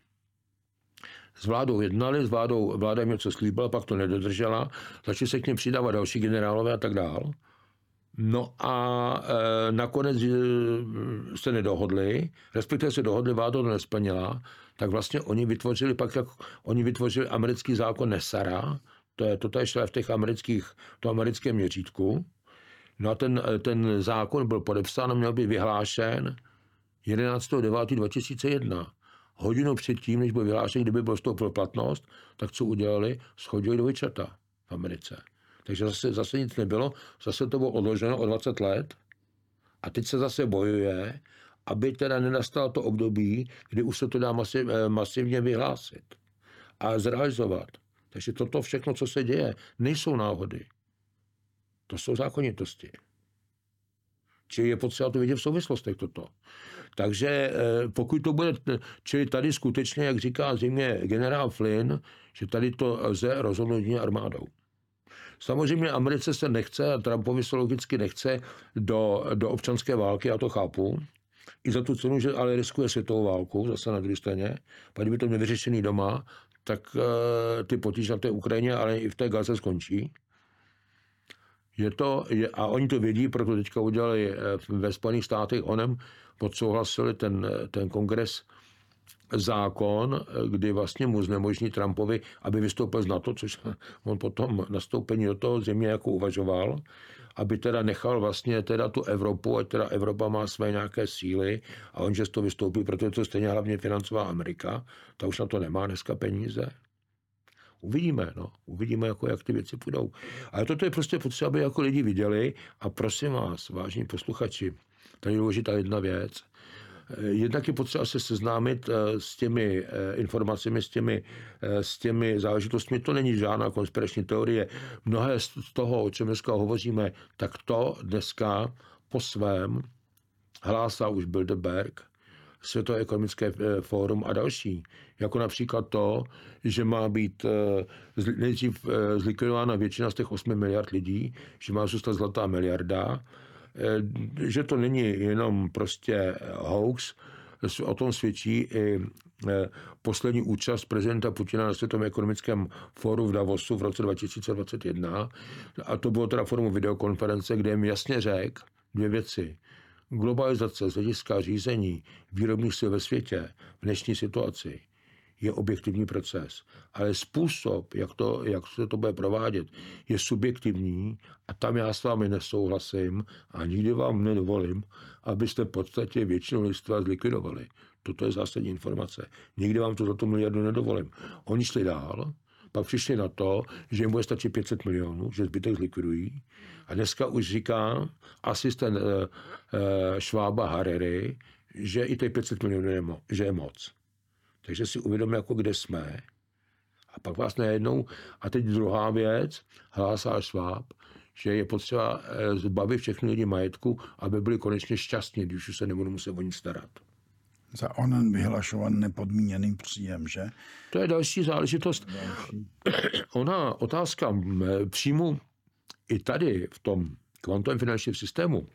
S vládou jednali, vláda jim něco slíbila, pak to nedodržela. Začali se k něm přidávat další generálové a tak dál. No a nakonec se nedohodli, respektive se dohodli, vláda to nesplnila, tak vlastně oni vytvořili americký zákon Nesara, to je šlo v to americkém měřítku. No a ten zákon byl podepsán a měl být vyhlášen 11.9.2001. Hodinu předtím, než byl vyhlášen, kdyby byl vstoupil platnost, tak co udělali? Shodili do vyčata v Americe. Takže zase nic nebylo, zase to bylo odloženo o 20 let a teď se zase bojuje, aby teda nenastalo to období, kdy už se to dá masivně vyhlásit a zrealizovat. Takže toto všechno, co se děje, nejsou náhody. To jsou zákonitosti. Čili je potřeba to vidět v souvislostech toto. Takže pokud to bude, čili tady skutečně, jak říká zřejmě generál Flynn, že tady to lze rozhodnout armádou. Samozřejmě Americe se nechce a Trumpovi se logicky nechce do občanské války, já to chápu. I za tu cenu, že ale riskuje světovou válku, zase na druhé straně. Pak kdyby to měl vyřešený doma, tak ty potíže na té Ukrajině, ale i v té Gaze skončí. A oni to vědí, proto teďka udělali ve Spojených státech, podsouhlasili ten kongres zákon, kdy vlastně mu znemožní Trumpovi, aby vystoupil z NATO, což on potom nastoupení do toho země jako uvažoval, aby teda nechal vlastně teda tu Evropu, ať teda Evropa má své nějaké síly a on, že z toho vystoupí, protože to stejně hlavně financovala Amerika, ta už na to nemá dneska peníze. Uvidíme, jako jak ty věci půjdou. Ale toto je prostě potřeba, aby jako lidi viděli a prosím vás, vážní posluchači, tady je důležitá jedna věc. Jednak je potřeba se seznámit s těmi informacemi, s těmi záležitostmi. To není žádná konspirační teorie. Mnohé z toho, o čem dneska hovoříme, tak to dneska po svém hlásá už Bilderberg, Světové ekonomické fórum a další. Jako například to, že má být nejdřív zlikvidována většina z těch 8 miliard lidí, že má zůstat zlatá miliarda, že to není jenom prostě hoax, o tom svědčí i poslední účast prezidenta Putina na Světovém ekonomickém fóru v Davosu v roce 2021. A to bylo teda formou videokonference, kde jim jasně řekl 2 věci. Globalizace z hlediska řízení výrobních sil ve světě v dnešní situaci je objektivní proces, ale způsob, jak se to bude provádět, je subjektivní a tam já s vámi nesouhlasím a nikdy vám nedovolím, abyste v podstatě většinu lidstva zlikvidovali. Toto je zásadní informace. Nikdy vám to za tu miliardu nedovolím. Oni šli dál, pak přišli na to, že jim bude stačit 500 milionů, že zbytek zlikvidují. A dneska už říká asistent Schwaba Harari, že i těch 500 milionů že je moc. Takže si uvědomíme, jako kde jsme. A pak vás najednou, a teď druhá věc, hlásá Schwab, že je potřeba zbavit všechny lidi majetku, aby byli konečně šťastní, když už se nebudou muset o nic starat. Za onen vyhlašovaný nepodmíněný příjem, že? To je další záležitost. Ona otázka příjmu i tady v tom kvantovém finančním systému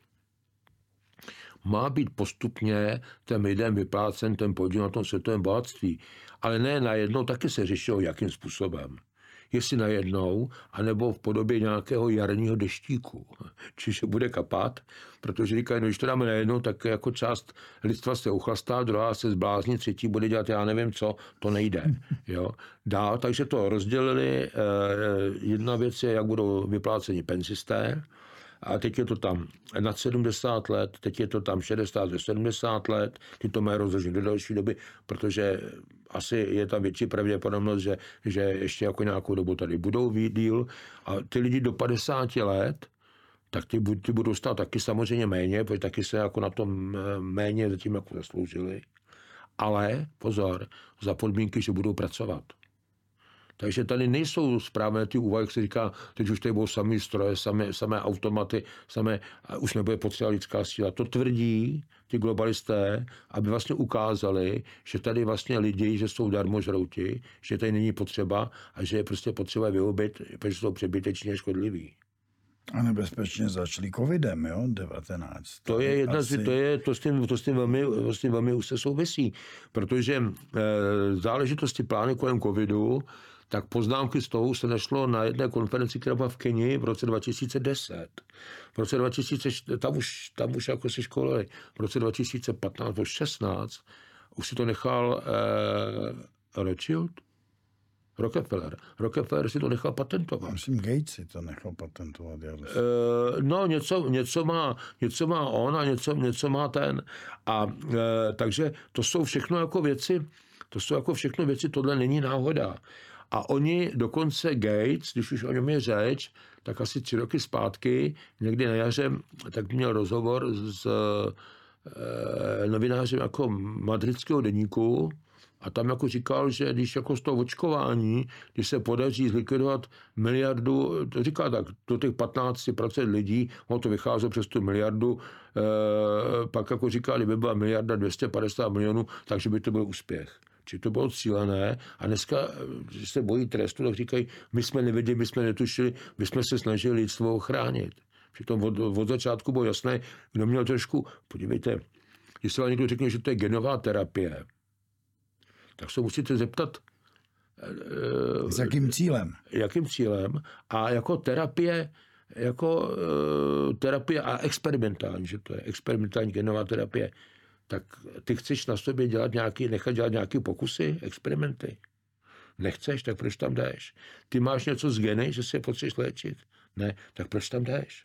má být postupně těm lidem vyplácen ten podíl na tom světovém bohatství. Ale ne najednou, taky se řešilo, jakým způsobem. jestli najednou, anebo v podobě nějakého jarního deštíku. Čiže bude kapat, protože říkají, no, když to dáme najednou, tak jako část lidstva se uchlastá, druhá se zblázní, třetí bude dělat já nevím co, to nejde. Jo? Dál, takže to rozdělili. Jedna věc je, jak budou vypláceni penzisté, a teď je to tam nad 70 let, teď je to tam 60 do 70 let, ty to mají rozložit do další doby, protože asi je tam větší pravděpodobnost, že ještě jako nějakou dobu tady budou díl. A ty lidi do 50 let, tak ty budou stát taky samozřejmě méně, protože taky se jako na tom méně zatím jako zasloužili. Ale pozor, za podmínky, že budou pracovat. Takže tady nejsou správné ty úvahy, jak se říká, teď už tady budou samý stroje, samé automaty, už nebude potřeba lidská síla. To tvrdí ty globalisté, aby vlastně ukázali, že tady vlastně lidi, že jsou darmožrouti, že tady není potřeba a že je prostě potřeba vyhubit, protože jsou přebytečně škodliví. A nebezpečně začali covidem, jo, 19. To je jedna to s tím velmi už se souvisí, protože záležitosti plány kolem covidu, tak poznámky z toho se našlo na jedné konferenci, která byla v Keni v roce 2010. V roce 2000, tam už jako se školili. V roce 2015 nebo 16 už si to nechal Rothschild? Rockefeller si to nechal patentovat. Myslím, Gates si to nechal patentovat. No, něco má on a něco má ten. A takže to jsou všechno jako věci, tohle není náhoda. A oni dokonce Gates, když už o něm je řeč, tak asi 3 roky zpátky, někdy na jaře, tak měl rozhovor s novinářem jako madridského deníku a tam jako říkal, že když jako z toho očkování, když se podaří zlikvidovat miliardu, to říká tak, do těch 15% lidí, to vycházelo přes tu miliardu, pak jako říká, kdyby byla 1,250 miliardy, takže by to byl úspěch. Či to bylo cílené a dneska, když se bojí trestu, tak říkají, my jsme nevěděli, my jsme netušili, my jsme se snažili lidstvo ochránit. Přitom od začátku bylo jasné, kdo měl trošku, podívejte, když se vám někdo řekne, že to je genová terapie, tak se musíte zeptat, s jakým cílem? Jakým cílem a jako terapie a experimentální, že to je experimentální genová terapie, tak ty chceš na sobě nechat dělat nějaké pokusy, experimenty. Nechceš, tak proč tam jdeš? Ty máš něco z geny, že si je potřebuješ léčit? Ne, tak proč tam jdeš?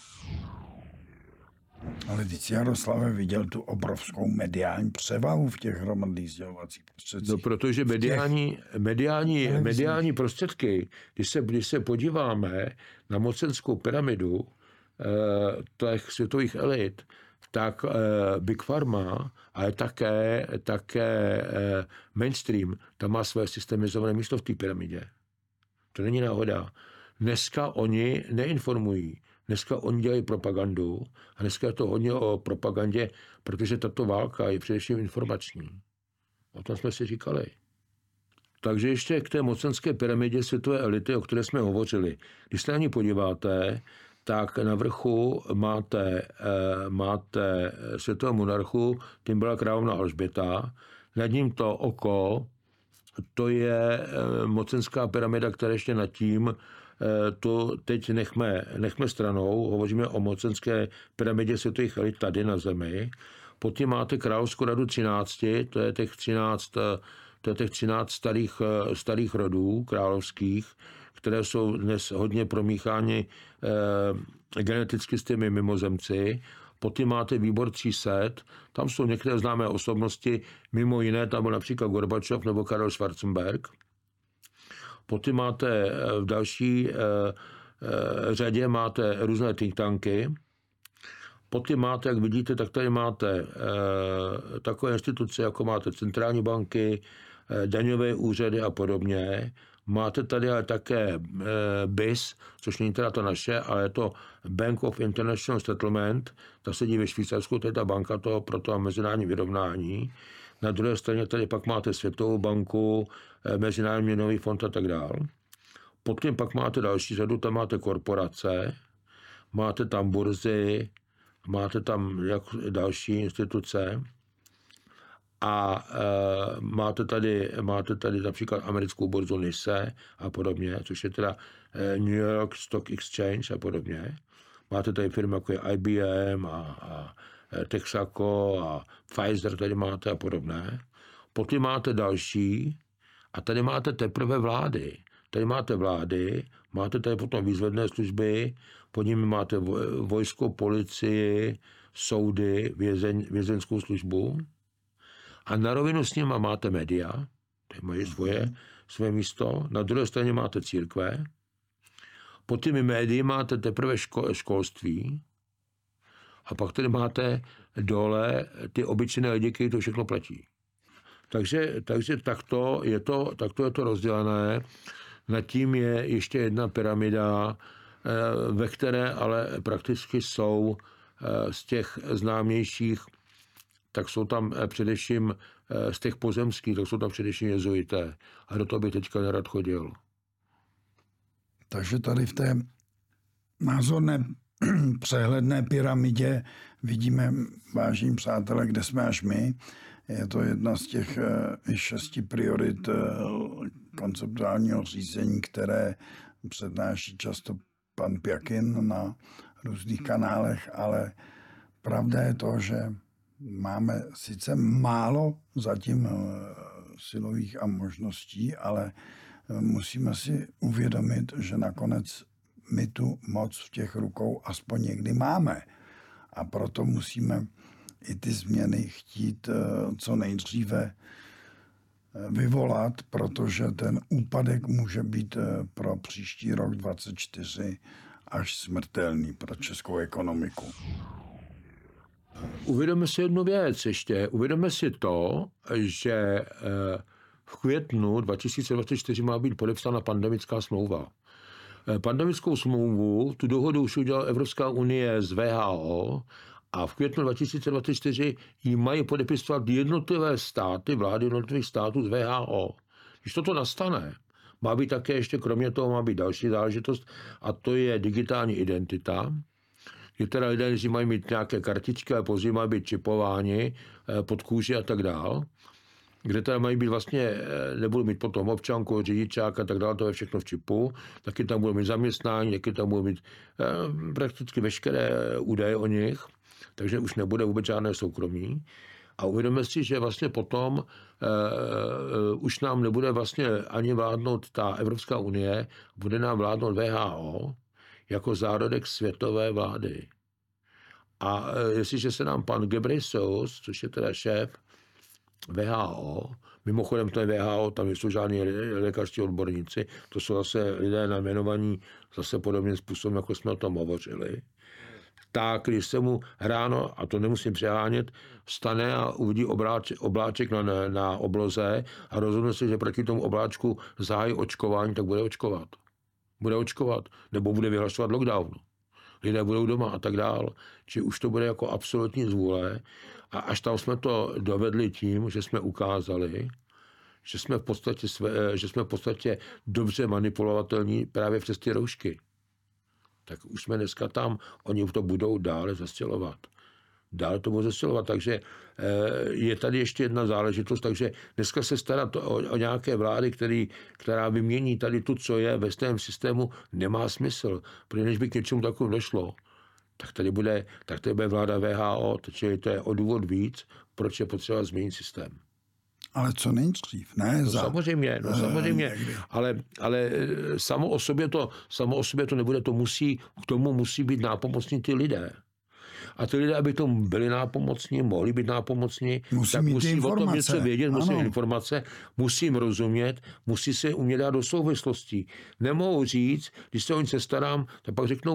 Ale teď Jaroslave viděl tu obrovskou mediální převahu v těch hromadných sdělovacích prostředcích. No, protože mediální prostředky, když se podíváme na mocenskou pyramidu těch světových elit, tak Big Pharma, ale také mainstream, tam má své systemizované místo v té pyramidě. To není náhoda. Dneska oni neinformují. Dneska oni dělají propagandu a dneska je to hodně o propagandě, protože tato válka je především informační. O tom jsme si říkali. Takže ještě k té mocenské pyramidě světové elity, o které jsme hovořili. Když se na ní podíváte, tak na vrchu máte světového monarchu, tím byla královna Alžběta, nad ním to oko, to je mocenská pyramida, která ještě nad tím, to teď nechme stranou, hovoříme o mocenské pyramidě světových elit tady na zemi. Potom máte královskou radu 13, to je těch 13 starých rodů královských, které jsou dnes hodně promíchány geneticky s těmi mimozemci. Potom máte výbor 300, tam jsou některé známé osobnosti, mimo jiné tam byl například Gorbačov nebo Karel Schwarzenberg. Potom máte v další řadě máte různé think tanky. Potom máte, jak vidíte, tak tady máte takové instituce, jako máte centrální banky, daňové úřady a podobně. Máte tady ale také BIS, což není teda to naše, ale je to Bank of International Settlement, ta sedí ve Švýcarsku, to je ta banka pro to mezinárodní vyrovnání. Na druhé straně tady pak máte Světovou banku, Mezinárodní měnový fond a tak dál. Potom pak máte další řadu, tam máte korporace, máte tam burzy, máte tam další instituce A máte tady například americkou burzu NYSE a podobně, což je teda New York Stock Exchange a podobně. Máte tady firmy jako je IBM a Texaco a Pfizer tady máte a podobné. Potom máte další a tady máte teprve vlády. Tady máte vlády, máte tady potom výzvedné služby, pod nimi máte vojsko, policii, soudy, vězeňskou službu. A na rovinu s nimi máte média, tady mají svoje místo. Na druhé straně máte církve. Pod těmi médii máte teprve školství. A pak tady máte dole ty obyčejné lidi, kteří to všechno platí. Takže takto je to rozdělené. Nad tím je ještě jedna pyramida, ve které ale prakticky jsou z těch známějších, tak jsou tam především z těch pozemských, tak jsou tam především jezuité. A do toho by teďka nerad chodil. Takže tady v té názorné přehledné pyramidě vidíme, vážení přátelé, kde jsme až my. Je to jedna z těch 6 priorit konceptuálního řízení, které přednáší často pan Pjakin na různých kanálech, ale pravda je to, že máme sice málo zatím silových a možností, ale musíme si uvědomit, že nakonec my tu moc v těch rukou aspoň někdy máme. A proto musíme i ty změny chtít co nejdříve vyvolat, protože ten úpadek může být pro příští rok 2024 až smrtelný pro českou ekonomiku. Uvědomme si jednu věc ještě. Uvědomme si to, že v květnu 2024 má být podepsána pandemická smlouva. Pandemickou smlouvu, tu dohodu už udělala Evropská unie s WHO a v květnu 2024 ji mají podepisovat jednotlivé státy, vlády jednotlivých států z WHO. Když toto nastane, má být také ještě, kromě toho má být další záležitost, a to je digitální identita, kdy teda lidé, kteří mají mít nějaké kartičky, ale později mají být čipováni pod kůži a tak dál, kde teda mají být vlastně, nebudou mít potom občanku, řidičák a tak dále, to je všechno v čipu, taky tam budou mít zaměstnání, taky tam budou mít prakticky veškeré údaje o nich, takže už nebude vůbec žádné soukromí. A uvědomme si, že vlastně potom už nám nebude vlastně ani vládnout ta Evropská unie, bude nám vládnout WHO jako zárodek světové vlády. A jestliže se nám pan Ghebreyesus, což je teda šéf WHO, mimochodem to je WHO, tam jsou žádní lékařští odborníci, to jsou zase lidé najmenovaní zase podobným způsobem, jako jsme o tom hovořili, tak když se mu ráno, a to nemusím přehánět, vstane a uvidí obláček na obloze a rozhodne se, že proti tomu obláčku zahájí očkování, tak bude očkovat. Bude očkovat, nebo bude vyhlašovat lockdown. Lidé budou doma a tak dál. Či už to bude jako absolutní zvůle. A až tam jsme to dovedli tím, že jsme ukázali, že jsme v podstatě dobře manipulovatelní právě přes ty roušky. Tak už jsme dneska tam, oni to budou dále zastělovat. Dále to budou zastělovat, takže je tady ještě jedna záležitost, takže dneska se starat o nějaké vlády, která vymění tady tu, co je ve stejném systému, nemá smysl, protože než by k něčemu takovému došlo, tak tady bude vláda WHO, čili to je o důvod víc, proč je potřeba změnit systém. Ale co nejdřív, ne? Samozřejmě, ale samo o sobě to nebude, k tomu musí být nápomocní ty lidé. A ty lidé, aby tomu byli nápomocní, mohli být nápomocní, tak musí o tom něco vědět, musí informace, musí jim rozumět, musí se umět dát do souvislostí. Nemohou říct, když se o nic starám, tak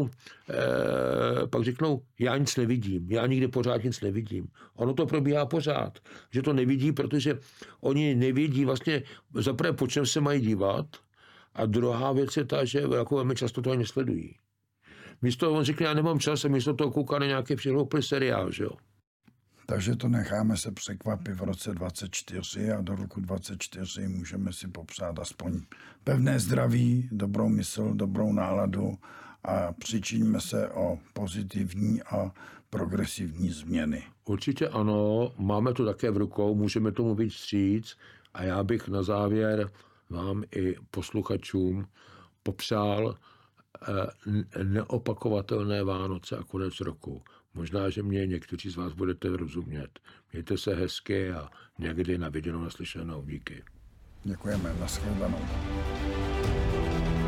pak řeknou, já nic nevidím, já nikdy pořád nic nevidím. Ono to probíhá pořád, že to nevidí, protože oni nevědí vlastně zaprvé, po čem se mají dívat, a druhá věc je ta, že jako velmi často to ani nesledují. Místo toho on řekne, já nemám čas, a místo toho kouká na nějaký přihloupý seriál, že jo. Takže to necháme se překvapit v roce 2024 a do roku 2024 můžeme si popřát aspoň pevné zdraví, dobrou mysl, dobrou náladu a přičiňme se o pozitivní a progresivní změny. Určitě ano, máme to také v rukou, můžeme tomu víc vstříc a já bych na závěr vám i posluchačům popřál neopakovatelné Vánoce a konec roku. Možná, že mě někteří z vás budete rozumět. Mějte se hezky a někdy na viděnou, naslyšenou. Díky. Děkujeme, nashledanou.